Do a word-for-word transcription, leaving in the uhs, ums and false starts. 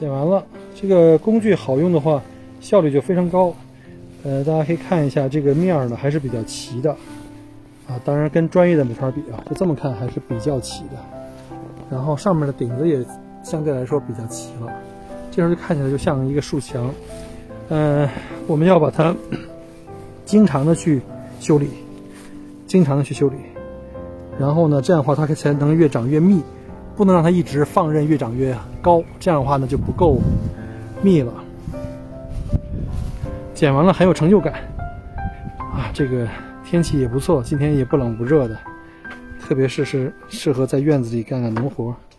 剪完了，这个工具好用的话，效率就非常高。呃，大家可以看一下这个面呢，还是比较齐的啊。当然跟专业的没法比啊，就这么看还是比较齐的。然后上面的顶子也相对来说比较齐了，这时候就看起来就像一个竖墙。呃，我们要把它经常的去修理，经常的去修理。然后呢，这样的话它才能越长越密，不能让它一直放任越长越高，这样的话呢就不够密了。剪完了很有成就感啊！这个天气也不错，今天也不冷不热的，特别是是适合在院子里干干农活。